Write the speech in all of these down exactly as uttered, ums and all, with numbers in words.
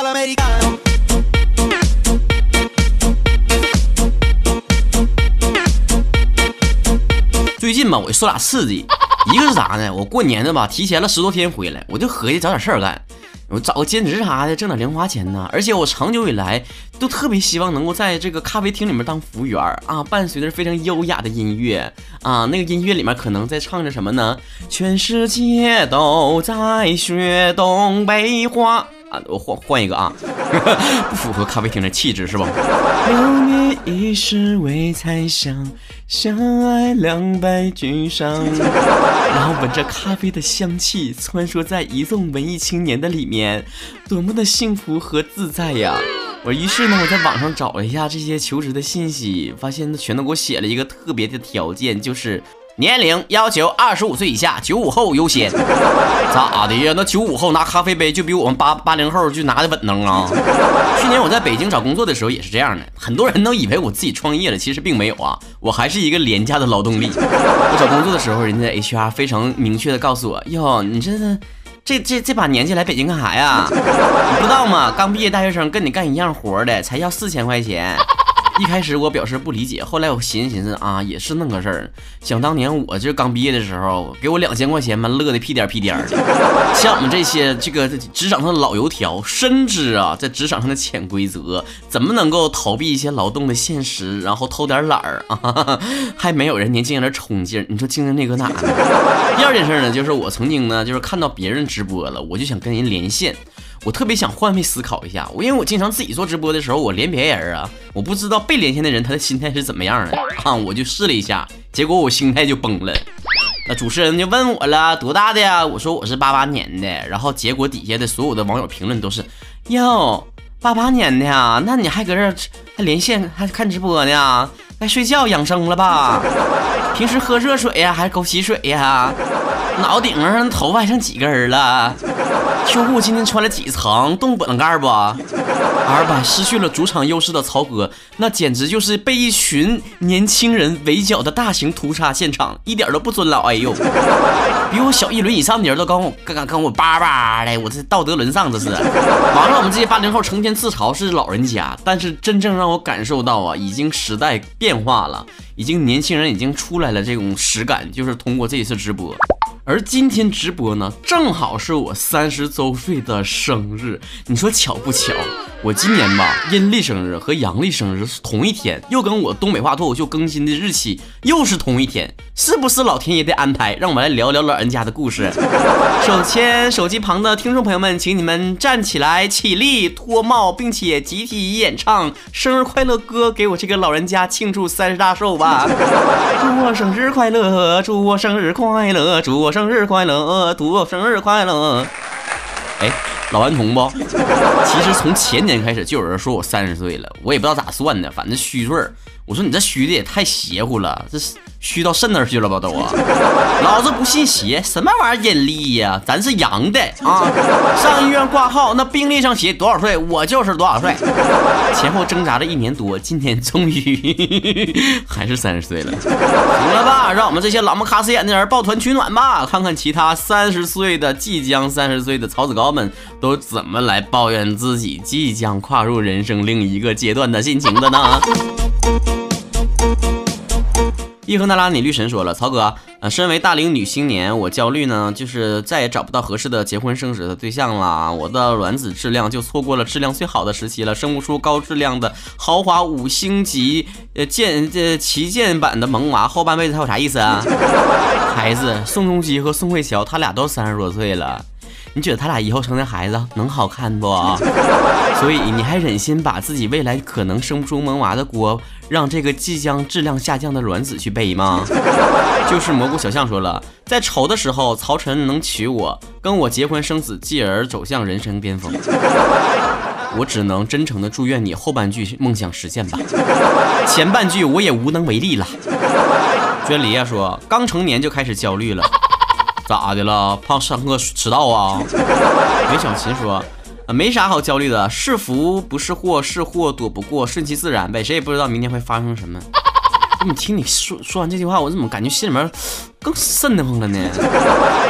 最近吧，我就受俩刺激，一个是啥呢？我过年的吧，提前了十多天回来，我就合计找点事儿干，我找个兼职啥的，挣点零花钱呢。而且我长久以来都特别希望能够在这个咖啡厅里面当服务员啊，伴随着非常优雅的音乐啊，那个音乐里面可能在唱着什么呢？全世界都在学东北话。啊，我换换一个啊，不符合咖啡厅的气质是吧？流年一世为猜想，相爱两败俱伤。然后闻着咖啡的香气，穿梭在一众文艺青年的里面，多么的幸福和自在呀！我于是呢，我在网上找了一下这些求职的信息，发现他全都给我写了一个特别的条件，就是年龄要求二十五岁以下，九五后优先。咋的呀？那九五后拿咖啡杯就比我们八八零后就拿的稳当啊！去年我在北京找工作的时候也是这样的，很多人都以为我自己创业了，其实并没有啊，我还是一个廉价的劳动力。我找工作的时候，人家 H R 非常明确的告诉我，哟，你这这这这把年纪来北京干啥呀？你不知道吗？刚毕业大学生跟你干一样活的，才要四千块钱。一开始我表示不理解，后来我寻思寻思啊，也是那个事儿。想当年我这刚毕业的时候，给我两千块钱嘛，乐得屁颠屁颠的。像我们这些这个职场上的老油条，深知啊在职场上的潜规则，怎么能够逃避一些劳动的现实，然后偷点懒儿啊？还没有人年轻人的冲劲儿，你说精神那搁哪呢？第二件事呢，就是我曾经呢，就是看到别人直播了，我就想跟人连线。我特别想换位思考一下，因为我经常自己做直播的时候，我连别人啊，我不知道被连线的人他的心态是怎么样的啊，我就试了一下，结果我心态就崩了。那主持人就问我了，多大的呀？我说我是八八年的，然后结果底下的所有的网友评论都是，哟，八八年的呀，那你还搁这还连线还看直播呢？该睡觉养生了吧？平时喝热水呀，还是枸杞水呀？脑顶上头发还剩几根了？秋裤今天穿了几层，冻不冷盖不？二百失去了主场优势的曹哥，那简直就是被一群年轻人围剿的大型屠杀现场，一点都不尊老。哎呦，比我小一轮以上的人都跟我跟跟我叭叭的，我这道德沦丧这是。网上我们这些八零后成天自嘲是老人家，但是真正让我感受到啊，已经时代变化了，已经年轻人已经出来了这种实感，就是通过这一次直播。而今天直播呢，正好是我三十周岁的生日，你说巧不巧？我今年吧，阴历生日和阳历生日是同一天，又跟我东北话脱口秀更新的日期又是同一天，是不是老天爷的安排？让我们来聊聊老人家的故事。首先，手机旁的听众朋友们，请你们站起来，起立，脱帽，并且集体演唱生日快乐歌，给我这个老人家庆祝三十大寿吧！祝我生日快乐，祝我生日快乐，祝我生日快乐，祝我生日快乐。哎，老顽童不？其实从前年开始就有人说我三十岁了，我也不知道咋算的，反正虚岁儿。我说你这虚的也太邪乎了，这虚到肾那儿去了吧都啊！老子不信邪，什么玩意儿阴历呀？咱是阳的啊！上医院挂号，那病历上写多少岁，我就是多少岁。前后挣扎了一年多，今天终于还是三十岁了。行了吧，让我们这些老么卡死眼的人抱团取暖吧，看看其他三十岁的、即将三十岁的曹子高们都怎么来抱怨自己即将跨入人生另一个阶段的心情的呢？伊和那拉你律神说了，曹哥，呃，身为大龄女青年，我焦虑呢，就是再也找不到合适的结婚生子的对象了。我的卵子质量就错过了质量最好的时期了，生不出高质量的豪华五星级呃舰呃旗舰版的萌娃，后半辈子还有啥意思啊？孩子，宋仲基和宋慧乔，他俩都三十多岁了。你觉得他俩以后生的孩子能好看不？所以你还忍心把自己未来可能生不出萌娃的锅，让这个即将质量下降的卵子去背吗？就是蘑菇小象说了，在丑的时候，曹晨能娶我，跟我结婚生子，继而走向人生巅峰。我只能真诚的祝愿你后半句梦想实现吧，前半句我也无能为力了。娟梨啊说，刚成年就开始焦虑了。咋的了？怕上课迟到啊？袁小琴说，呃，没啥好焦虑的，是福不是祸，是祸躲不过，顺其自然呗。谁也不知道明天会发生什么。你听你说说完这句话，我怎么感觉心里面更瘆得慌了呢？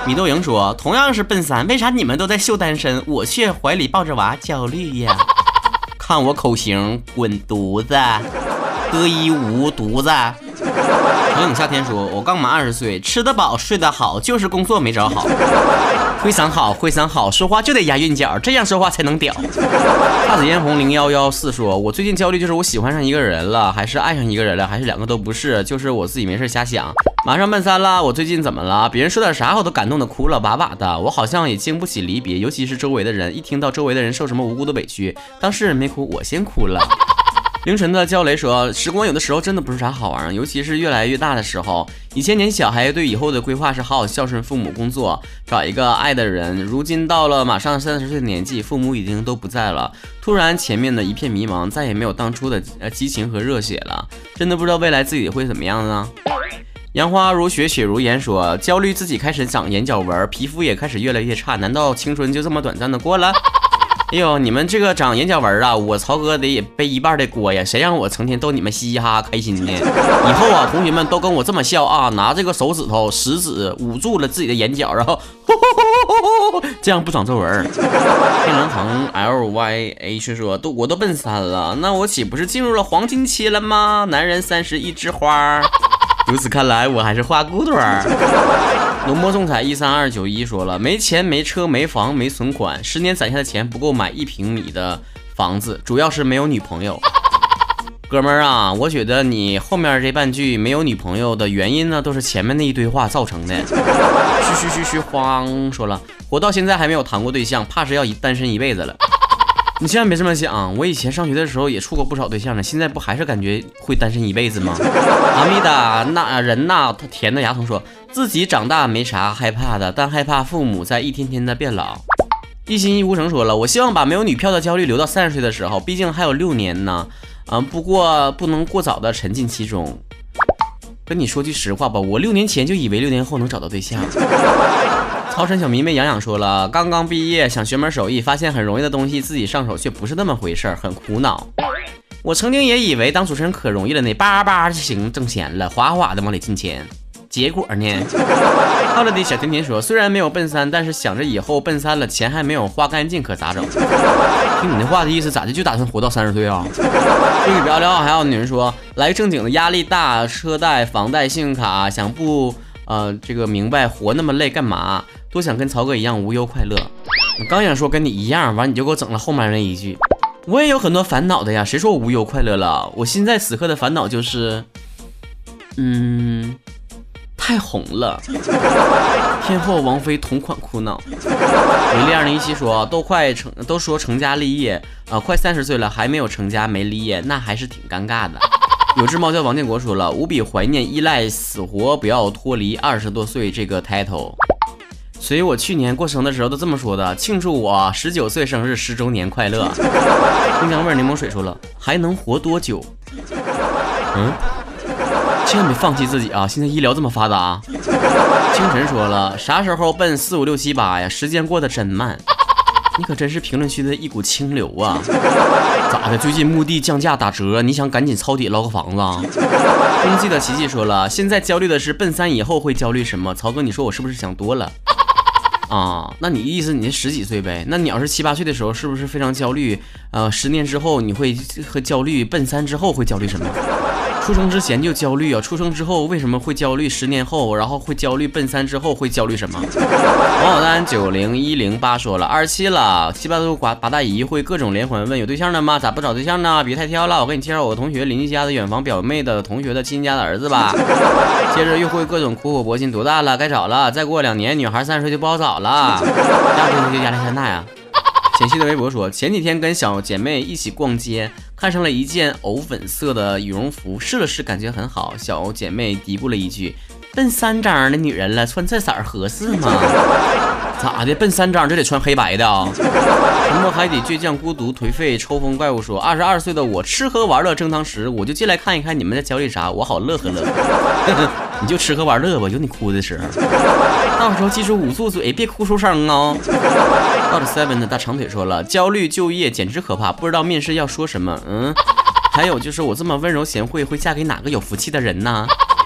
米豆莹说，同样是奔三，为啥你们都在秀单身，我却怀里抱着娃焦虑呀？看我口型，滚犊子，得一无犊子。程影夏天说，我刚满二十岁，吃得饱睡得好，就是工作没找好。会嗓好会嗓好，说话就得押韵脚，这样说话才能屌。姹紫嫣红零幺幺四说，我最近焦虑就是我喜欢上一个人了，还是爱上一个人了，还是两个都不是，就是我自己没事瞎想。马上奔三了，我最近怎么了？别人说点啥我都感动的哭了哇哇的，我好像也经不起离别，尤其是周围的人，一听到周围的人受什么无辜的委屈，当事人没哭，我先哭了。凌晨的焦雷说，时光有的时候真的不是啥好玩，尤其是越来越大的时候。以前年小孩对以后的规划是好好孝顺父母，工作，找一个爱的人。如今到了马上三十岁的年纪，父母已经都不在了，突然前面的一片迷茫，再也没有当初的呃激情和热血了，真的不知道未来自己会怎么样呢？杨花如雪，雪如烟说，焦虑自己开始长眼角纹，皮肤也开始越来越差，难道青春就这么短暂的过了？哎呦，你们这个长眼角纹啊，我曹哥得也背一半的锅呀！谁让我成天逗你们嘻嘻哈哈开心呢？以后啊，同学们都跟我这么笑啊，拿这个手指头、食指捂住了自己的眼角，然后呼呼呼呼呼这样不长皱纹。天狼行 L Y H 说，都我都奔三了，那我岂不是进入了黄金期了吗？男人三十一枝花，由此看来，我还是花骨朵儿。浓墨重彩一三二九一说了，没钱没车没房没存款，十年攒下的钱不够买一平米的房子，主要是没有女朋友。哥们儿啊，我觉得你后面这半句没有女朋友的原因呢，都是前面那一堆话造成的。嘘嘘嘘嘘慌说了，活到现在还没有谈过对象，怕是要单身一辈子了。你千万别这么想，我以前上学的时候也处过不少对象呢，现在不还是感觉会单身一辈子吗？阿米达那人呐，他甜的牙疼说，自己长大没啥害怕的，但害怕父母在一天天的变老。一心一无成说了，我希望把没有女票的焦虑留到三十岁的时候，毕竟还有六年呢，嗯，不过不能过早的沉浸其中。跟你说句实话吧，我六年前就以为六年后能找到对象。曹晨小迷妹痒痒说了，刚刚毕业想学门手艺，发现很容易的东西自己上手却不是那么回事，很苦恼。我曾经也以为当主持人可容易了呢，叭叭就行挣钱了，哗哗的往里进钱。结果呢？好了的小甜甜说，虽然没有奔三，但是想着以后奔三了，钱还没有花干净，可咋整？听你那话的意思，咋的就打算活到三十岁啊？这个聊聊，还有女人说，来正经的，压力大，车贷、房贷、信用卡，想不呃这个明白活那么累干嘛？多想跟曹哥一样无忧快乐。我刚想说跟你一样，完你就给我整了后面那一句。我也有很多烦恼的呀，谁说我无忧快乐了？我现在此刻的烦恼就是，嗯。太红了，天后王菲同款哭闹。维利二零一七说，都快成，都说成家立业啊、呃，快三十岁了还没有成家没立业，那还是挺尴尬的。有只猫叫王建国说了，无比怀念依赖，死活不要脱离二十多岁这个 title。所以我去年过生的时候都这么说的，庆祝我十九岁生日十周年快乐。冰凉味柠檬水说了，还能活多久？嗯。千万别放弃自己啊！现在医疗这么发达。清晨说了，啥时候奔四五六七八呀？时间过得真慢。你可真是评论区的一股清流啊！咋的？最近墓地降价打折，你想赶紧抄底捞个房子啊？冬季的奇迹说了，现在焦虑的是奔三以后会焦虑什么？曹哥，你说我是不是想多了？啊，那你意思你十几岁呗？那你要是七八岁的时候，是不是非常焦虑？呃，十年之后你会和焦虑，奔三之后会焦虑什么？出生之前就焦虑啊，出生之后为什么会焦虑？十年后，然后会焦虑，奔三之后会焦虑什么？王小丹九零一零八说了，二十七了，七八度八八大姨会各种连环问有对象了吗？咋不找对象呢？别太挑了，我给你介绍我同学邻居家的远房表妹的同学的亲家的儿子吧。接着又会各种苦口婆心，多大了？该找了，再过两年女孩三十岁就不好找了，这样对就压力山大呀。浅汐的微博说，前几天跟小姐妹一起逛街，看上了一件藕粉色的羽绒服，试了试感觉很好。小姐妹嘀咕了一句，奔三张的女人了，穿这色儿合适吗？咋的？奔三张就得穿黑白的啊？沉默海底倔强孤独颓废抽风怪物说，二十二岁的我吃喝玩乐正当时，我就进来看一看你们在焦虑啥，我好乐呵乐呵。你就吃喝玩乐吧，有你哭的时候。到时候记住捂住嘴，别哭出声哦。到了 seven 的大长腿说了，焦虑就业简直可怕，不知道面试要说什么。嗯，还有就是我这么温柔贤惠，会嫁给哪个有福气的人呢？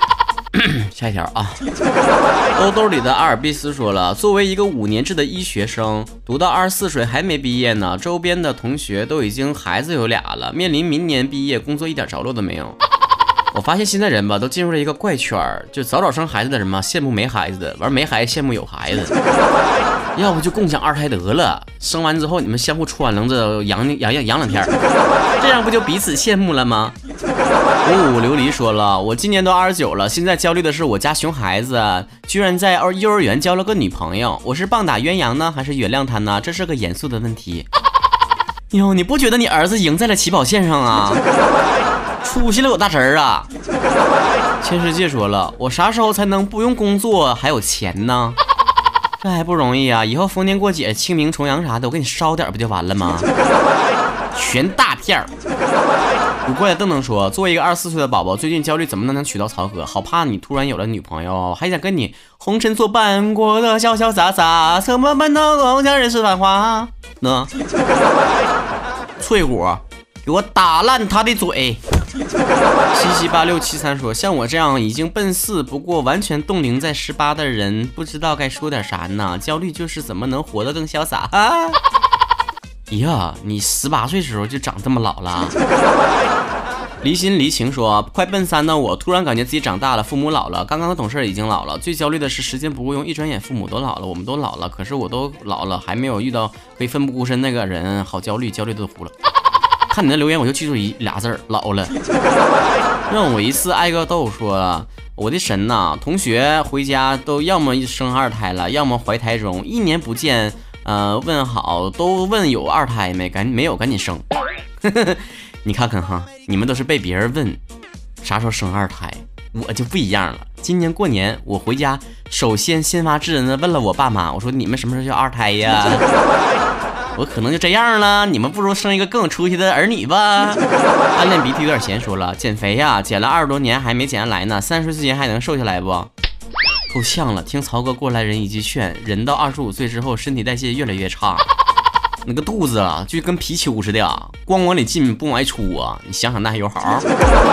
下一条啊，兜兜里的阿尔卑斯说了，作为一个五年制的医学生，读到二十四岁还没毕业呢，周边的同学都已经孩子有俩了，面临明年毕业，工作一点着落都没有。我发现现在人吧，都进入了一个怪圈，就早早生孩子的人嘛，羡慕没孩子的，完没孩子羡慕有孩子，要不就共享二胎得了，生完之后你们相互穿棱着养养养养两天，这样不就彼此羡慕了吗？五五琉璃说了，我今年都二十九了，现在焦虑的是我家熊孩子居然在幼儿园交了个女朋友，我是棒打鸳鸯呢，还是原谅他呢？这是个严肃的问题。哟，你不觉得你儿子赢在了起跑线上啊？出息了我大侄儿啊！千世界说了，我啥时候才能不用工作还有钱呢？这还不容易啊！以后逢年过节、清明、重阳啥的，我给你烧点不就完了吗？全大片儿。古怪的邓邓说，作为一个二十四岁的宝宝，最近焦虑怎么能娶到曹哥，好怕你突然有了女朋友，还想跟你红尘作伴，过得潇潇洒洒，怎么办到共享人世繁华呢？脆果，给我打烂他的嘴！七七八六七三说，像我这样已经奔四，不过完全冻龄在十八的人，不知道该说点啥呢？焦虑就是怎么能活得更潇洒啊！呀，你十八岁时候就长这么老了？离心离情说，快奔三的我突然感觉自己长大了，父母老了，刚刚的懂事已经老了，最焦虑的是时间不够用，一转眼父母都老了，我们都老了，可是我都老了，还没有遇到可以奋不顾身那个人，好焦虑，焦虑都哭了。看你的留言我就记住一俩字儿，老了。让我一次挨个逗说，我的神呐，同学回家都要么生二胎了，要么怀胎中，一年不见，呃，问好都问有二胎没，赶没有赶紧生。你看看哈，你们都是被别人问啥时候生二胎，我就不一样了。今年过年我回家，首先先发制人的问了我爸妈，我说你们什么时候要二胎呀？我可能就这样了，你们不如生一个更有出息的儿女吧。暗恋鼻涕有点咸说了，减肥呀，减了二十多年还没减下来呢，三十岁之前还能瘦下来不？够呛了，听曹哥过来人一句劝，人到二十五岁之后身体代谢越来越差，那个肚子啊就跟皮丘似的啊，光往里进不往外出啊，你想想那还有好？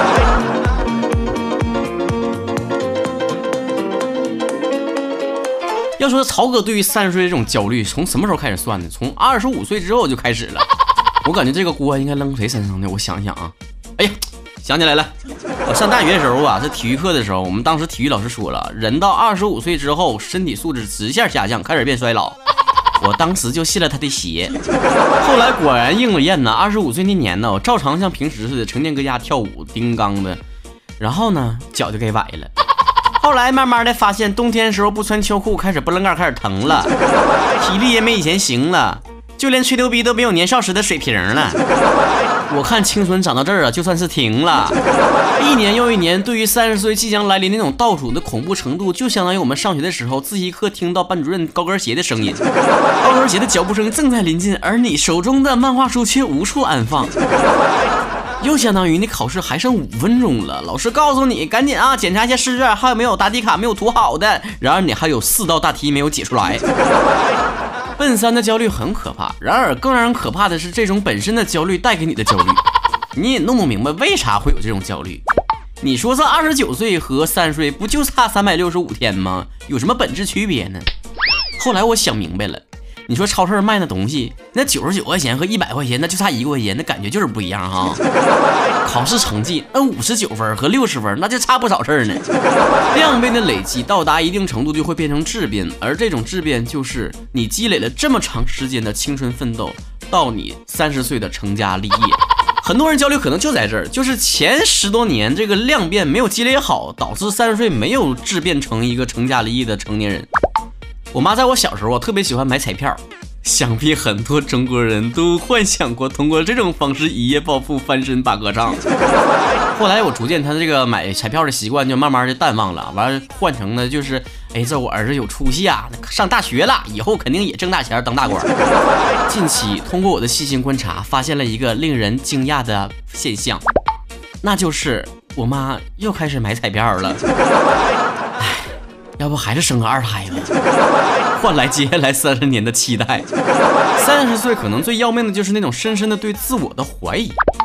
要说曹哥对于三十岁这种焦虑从什么时候开始算呢？从二十五岁之后就开始了。我感觉这个锅应该扔谁身上呢？我想想啊，哎呀，想起来了，我上大学的时候啊，在体育课的时候，我们当时体育老师说了，人到二十五岁之后身体素质直线下降，开始变衰老。我当时就信了他的邪，后来果然应了验呢。二十五岁那年呢，我照常像平时似的成天搁家跳舞叮当的，然后呢脚就给崴了。后来慢慢的发现，冬天的时候不穿秋裤，开始不棱盖开始疼了，体力也没以前行了，就连吹牛逼都没有年少时的水平了。我看青春长到这儿啊，就算是停了。一年又一年，对于三十岁即将来临那种倒数的恐怖程度，就相当于我们上学的时候自习课听到班主任高跟鞋的声音，高跟鞋的脚步声正在临近，而你手中的漫画书却无处安放。又相当于你考试还剩五分钟了，老师告诉你赶紧啊检查一下试卷，还有没有答题卡没有涂好的，然而你还有四道大题没有解出来。奔三的焦虑很可怕，然而更让人可怕的是这种本身的焦虑带给你的焦虑，你也弄不明白为啥会有这种焦虑。你说这二十九岁和三十岁不就差三百六十五天吗？有什么本质区别呢？后来我想明白了，你说超市卖那东西，那九十九块钱和一百块钱，那就差一块钱，那感觉就是不一样哈。考试成绩那五十九分和六十分，那就差不少事儿呢。量变的累积到达一定程度就会变成质变，而这种质变就是你积累了这么长时间的青春奋斗，到你三十岁的成家立业。很多人焦虑可能就在这儿，就是前十多年这个量变没有积累好，导致三十岁没有质变成一个成家立业的成年人。我妈在我小时候特别喜欢买彩票，想必很多中国人都幻想过通过这种方式一夜暴富翻身把歌唱。后来我逐渐他这个买彩票的习惯就慢慢的淡忘了，完了换成的就是哎，这我儿子有出息啊，上大学了，以后肯定也挣大钱当大官。近期通过我的细心观察，发现了一个令人惊讶的现象，那就是我妈又开始买彩票了。唉，要不还是生个二胎吧，换来接下来三十年的期待。三十岁可能最要命的就是那种深深的对自我的怀疑。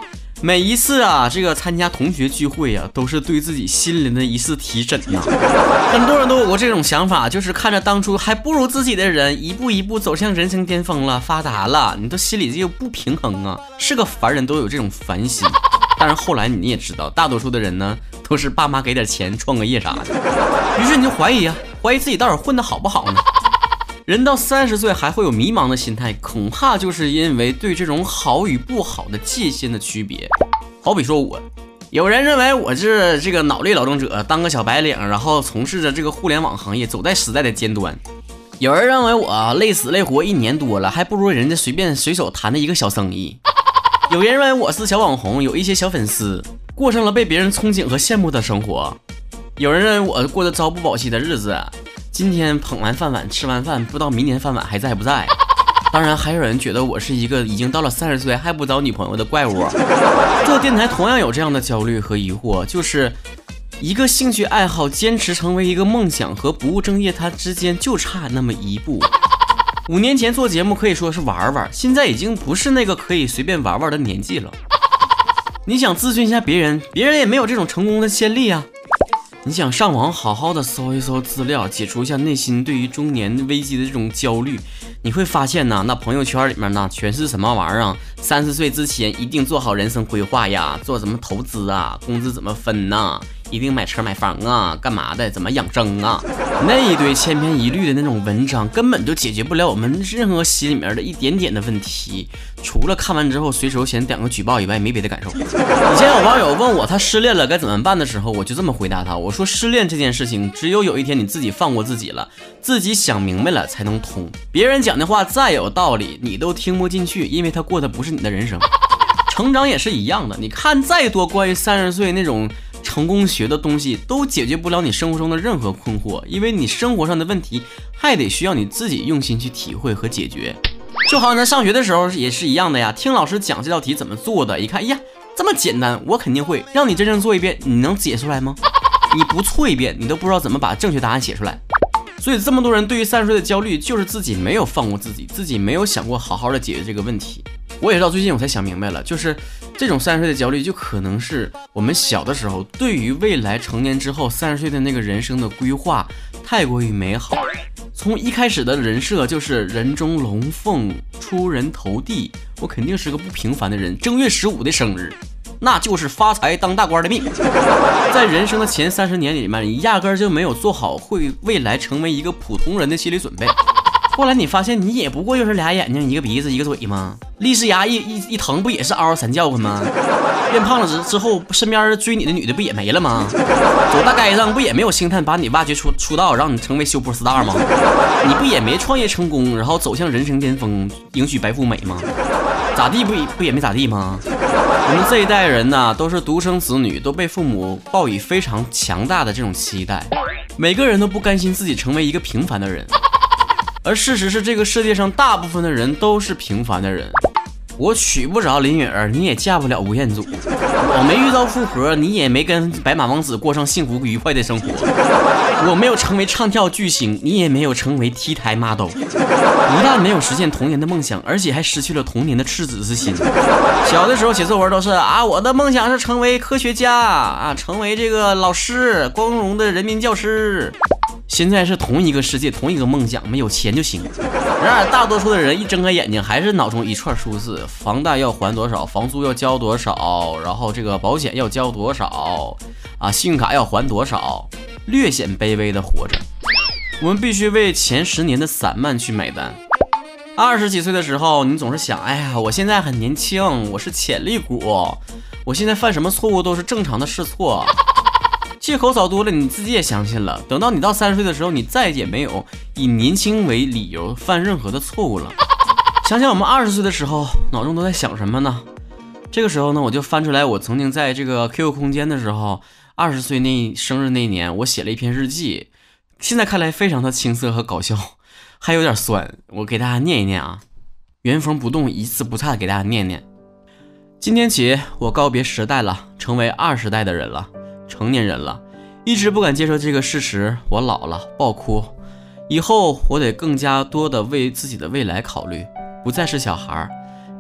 每一次啊，这个参加同学聚会啊，都是对自己心灵的一次提审呐。很多人都有过这种想法，就是看着当初还不如自己的人，一步一步走向人生巅峰了，发达了，你都心里就不平衡啊。是个凡人都有这种烦心，但是后来你也知道，大多数的人呢，都是爸妈给点钱创个业啥的，于是你就怀疑啊，怀疑自己到底混得好不好呢？人到三十岁还会有迷茫的心态，恐怕就是因为对这种好与不好的界限的区别。好比说我，有人认为我是这个脑力劳动者，当个小白领，然后从事着这个互联网行业，走在时代的尖端。有人认为我累死累活一年多了，还不如人家随便随手谈的一个小生意。有人认为我是小网红，有一些小粉丝，过上了被别人憧憬和羡慕的生活。有人认为我过着朝不保夕的日子，今天捧完饭碗吃完饭，不知道明年饭碗还在不在。当然还有人觉得我是一个已经到了三十岁还不找女朋友的怪物。做电台同样有这样的焦虑和疑惑，就是一个兴趣爱好坚持成为一个梦想和不务正业，它之间就差那么一步。五年前做节目可以说是玩玩，现在已经不是那个可以随便玩玩的年纪了。你想咨询一下别人，别人也没有这种成功的先例啊。你想上网好好的搜一搜资料，解除一下内心对于中年危机的这种焦虑，你会发现呢，那朋友圈里面呢全是什么玩意儿啊？三十岁之前一定做好人生规划呀，做什么投资啊，工资怎么分呐、啊？一定买车买房啊，干嘛的？怎么养生啊？那一堆千篇一律的那种文章，根本就解决不了我们任何心里面的一点点的问题，除了看完之后随手先点个举报以外，没别的感受。以前有网友问我他失恋了该怎么办的时候，我就这么回答他，我说失恋这件事情，只有有一天你自己放过自己了，自己想明白了才能通。别人讲的话再有道理，你都听不进去，因为他过的不是你的人生。成长也是一样的，你看再多关于三十岁那种成功学的东西，都解决不了你生活中的任何困惑，因为你生活上的问题还得需要你自己用心去体会和解决。就好像咱上学的时候也是一样的呀，听老师讲这道题怎么做的，一看，哎呀，这么简单，我肯定会。让你真正做一遍，你能解出来吗？你不错一遍，你都不知道怎么把正确答案写出来。所以这么多人对于三十岁的焦虑，就是自己没有放过自己，自己没有想过好好的解决这个问题。我也是到最近我才想明白了，就是这种三十岁的焦虑，就可能是我们小的时候对于未来成年之后三十岁的那个人生的规划太过于美好，从一开始的人设就是人中龙凤，出人头地，我肯定是个不平凡的人，正月十五的生日，那就是发财当大官的命。在人生的前三十年里面，你压根就没有做好会未来成为一个普通人的心理准备。后来你发现你也不过就是俩眼睛一个鼻子一个嘴吗？利是牙一一一疼不也是嗷嗷三叫唤吗？变胖了之之后身边追你的女的不也没了吗？走大街上不也没有星探把你挖掘出出道让你成为修波 star 吗？你不也没创业成功然后走向人生巅峰迎娶白富美吗？咋地不不也没咋地吗？我们这一代人呢，都是独生子女，都被父母抱以非常强大的这种期待，每个人都不甘心自己成为一个平凡的人。而事实是，这个世界上大部分的人都是平凡的人。我娶不着林允儿，你也嫁不了吴彦祖；我没遇到富婆，你也没跟白马王子过上幸福愉快的生活；我没有成为唱跳巨星，你也没有成为 T 台 model。不但没有实现童年的梦想，而且还失去了童年的赤子之心。小的时候写作文都是啊，我的梦想是成为科学家啊，成为这个老师，光荣的人民教师。现在是同一个世界，同一个梦想，没有钱就行。然而大多数的人一睁开眼睛，还是脑中一串数字：房贷要还多少，房租要交多少，然后这个保险要交多少啊，信用卡要还多少，略显卑微的活着。我们必须为前十年的散漫去买单。二十几岁的时候，你总是想，哎呀，我现在很年轻，我是潜力股，我现在犯什么错误都是正常的试错。借口找多了，你自己也相信了。等到你到三十岁的时候，你再也没有以年轻为理由犯任何的错误了。想想我们二十岁的时候，脑中都在想什么呢？这个时候呢，我就翻出来我曾经在这个 Q Q 空间的时候，二十岁那生日那年，我写了一篇日记。现在看来非常的青涩和搞笑，还有点酸。我给大家念一念啊，原封不动一字不差的给大家念念。今天起，我告别时代了，成为二十代的人了。成年人了，一直不敢接受这个事实，我老了，爆哭。以后我得更加多的为自己的未来考虑，不再是小孩。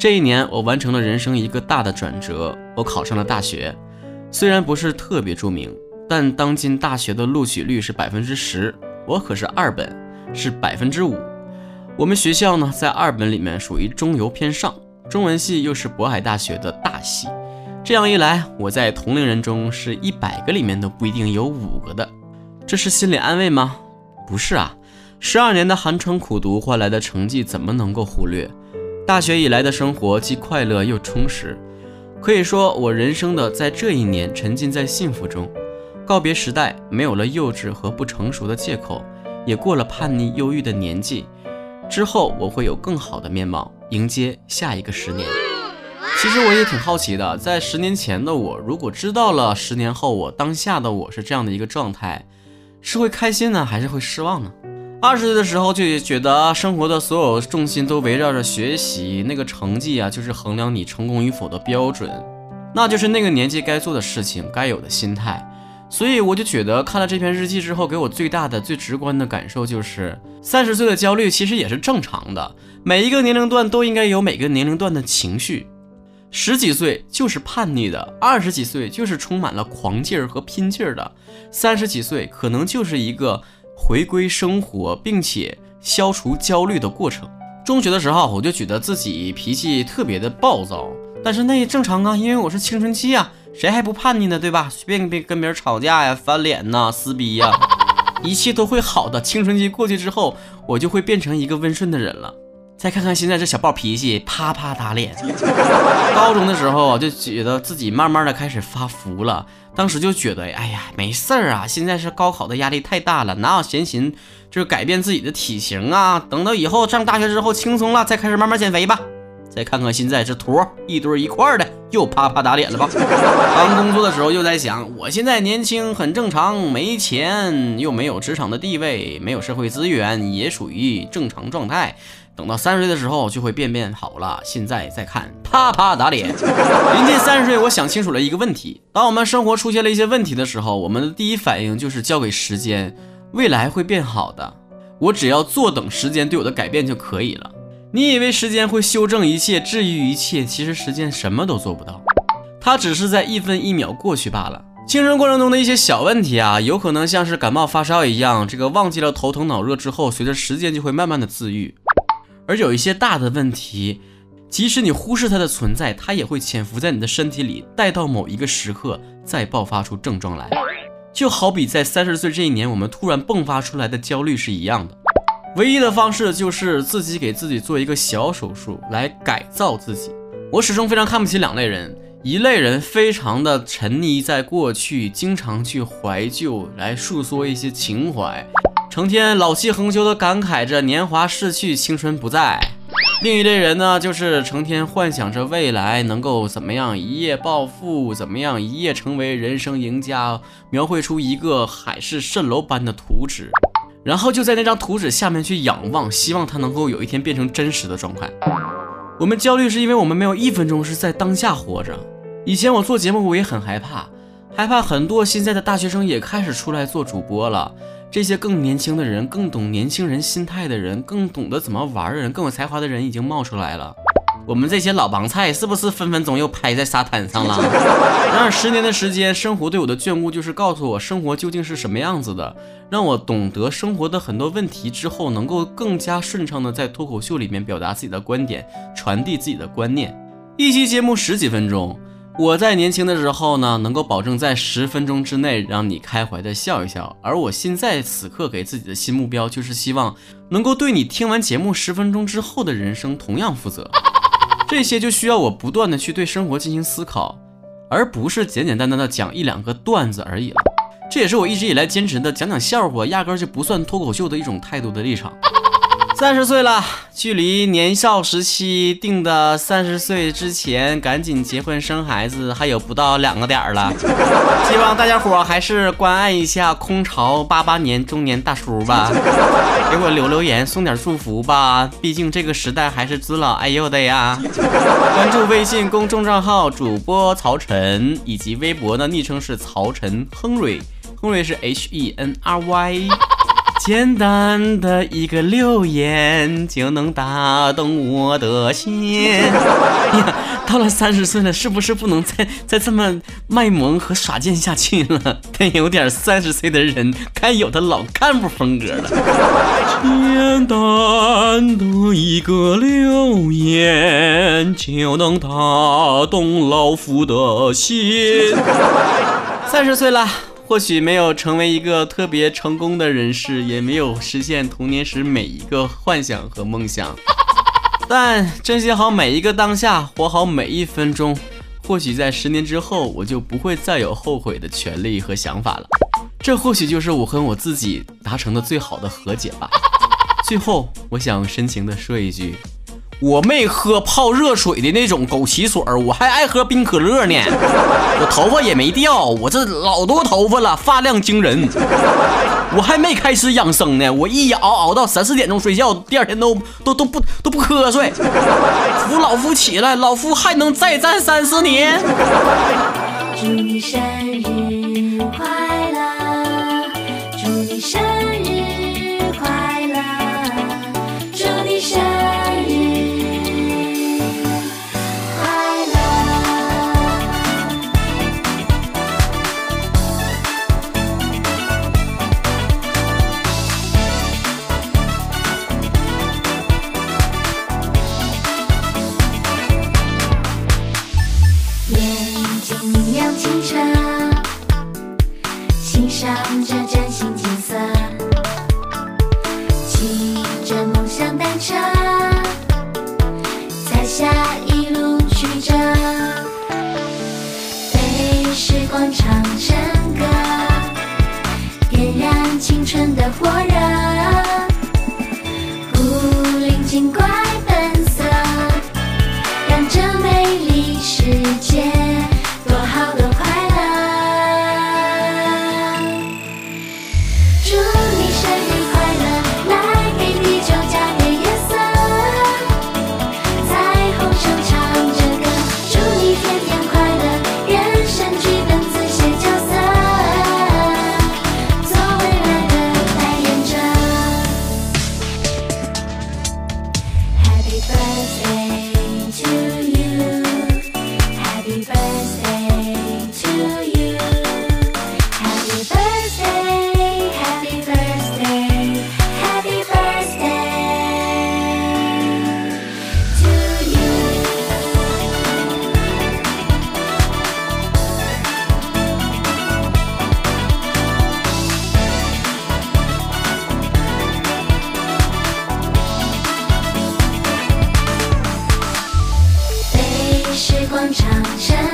这一年我完成了人生一个大的转折，我考上了大学，虽然不是特别著名，但当今大学的录取率是百分之十，我可是二本，是百分之五。我们学校呢，在二本里面属于中游偏上，中文系又是渤海大学的大系，这样一来，我在同龄人中是一百个里面都不一定有五个的。这是心理安慰吗？不是啊，十二年的寒窗苦读换来的成绩怎么能够忽略？大学以来的生活既快乐又充实，可以说我人生的在这一年沉浸在幸福中，告别时代，没有了幼稚和不成熟的借口，也过了叛逆忧郁的年纪。之后我会有更好的面貌迎接下一个十年。其实我也挺好奇的，在十年前的我，如果知道了十年后我当下的我是这样的一个状态，是会开心呢，还是会失望呢？二十岁的时候就觉得生活的所有重心都围绕着学习，那个成绩啊，就是衡量你成功与否的标准，那就是那个年纪该做的事情，该有的心态。所以我就觉得看了这篇日记之后，给我最大的最直观的感受就是三十岁的焦虑其实也是正常的，每一个年龄段都应该有每个年龄段的情绪。十几岁就是叛逆的，二十几岁就是充满了狂劲儿和拼劲儿的，三十几岁可能就是一个回归生活并且消除焦虑的过程。中学的时候我就觉得自己脾气特别的暴躁，但是那也正常啊，因为我是青春期啊，谁还不叛逆呢，对吧？随便跟别人吵架呀、翻脸呐、撕逼呀，一切都会好的。青春期过去之后，我就会变成一个温顺的人了。再看看现在这小暴脾气，啪啪打脸。高中的时候就觉得自己慢慢的开始发福了，当时就觉得哎呀没事儿啊，现在是高考的压力太大了，哪有闲心就是改变自己的体型啊，等到以后上大学之后轻松了再开始慢慢减肥吧。再看看现在这坨一堆一块的，又啪啪打脸了吧。刚工作的时候又在想，我现在年轻很正常，没钱又没有职场的地位，没有社会资源，也属于正常状态。等到三十岁的时候就会变变好了，现在再看啪啪打脸。临近三十岁，我想清楚了一个问题，当我们生活出现了一些问题的时候，我们的第一反应就是交给时间，未来会变好的，我只要坐等时间对我的改变就可以了。你以为时间会修正一切治愈一切，其实时间什么都做不到，它只是在一分一秒过去罢了。青春过程中的一些小问题啊，有可能像是感冒发烧一样，这个忘记了头疼脑热之后，随着时间就会慢慢的自愈。而有一些大的问题，即使你忽视它的存在，它也会潜伏在你的身体里，待到某一个时刻再爆发出症状来。就好比在三十岁这一年，我们突然迸发出来的焦虑是一样的。唯一的方式就是自己给自己做一个小手术来改造自己。我始终非常看不起两类人，一类人非常的沉溺在过去，经常去怀旧来诉说一些情怀，成天老气横秋的感慨着年华逝去，青春不在。另一类人呢，就是成天幻想着未来能够怎么样一夜暴富，怎么样一夜成为人生赢家，描绘出一个海市蜃楼般的图纸，然后就在那张图纸下面去仰望，希望它能够有一天变成真实的状态。我们焦虑是因为我们没有一分钟是在当下活着。以前我做节目我也很害怕，害怕很多现在的大学生也开始出来做主播了，这些更年轻的人，更懂年轻人心态的人，更懂得怎么玩的人，更有才华的人已经冒出来了。我们这些老帮菜是不是分分钟又拍在沙滩上了？然而十年的时间，生活对我的眷顾就是告诉我生活究竟是什么样子的，让我懂得生活的很多问题之后，能够更加顺畅的在脱口秀里面表达自己的观点，传递自己的观念。一期节目十几分钟，我在年轻的时候呢，能够保证在十分钟之内让你开怀的笑一笑，而我现在此刻给自己的新目标就是希望能够对你听完节目十分钟之后的人生同样负责。这些就需要我不断的去对生活进行思考，而不是简简单单的讲一两个段子而已了。这也是我一直以来坚持的讲讲笑话，压根就不算脱口秀的一种态度的立场。三十岁了，距离年少时期定的三十岁之前赶紧结婚生孩子还有不到两个点了，希望大家伙还是关爱一下空巢八八年中年大叔吧，给我留留言送点祝福吧，毕竟这个时代还是尊老爱幼的呀。关注微信公众账号主播曹晨，以及微博的昵称是曹晨亨瑞，亨瑞是 H E N R Y。 简单的一个留言就能打动我的心。哎呀，到了三十岁了，是不是不能再再这么卖萌和耍贱下去了？得有点三十岁的人该有的老干部风格了。简单的一个留言就能打动老夫的心。三十岁了。或许没有成为一个特别成功的人士，也没有实现童年时每一个幻想和梦想，但珍惜好每一个当下，活好每一分钟，或许在十年之后，我就不会再有后悔的权利和想法了。这或许就是我和我自己达成的最好的和解吧。最后，我想深情地说一句，我没喝泡热水的那种枸杞水，我还爱喝冰可乐呢。我头发也没掉，我这老多头发了，发量惊人。我还没开始养生呢，我一熬熬到三四点钟睡觉，第二天都都都不都不瞌睡。扶老夫起来，老夫还能再战三十年。 祝你生日快乐，祝你生日快乐，祝你生日。广场上。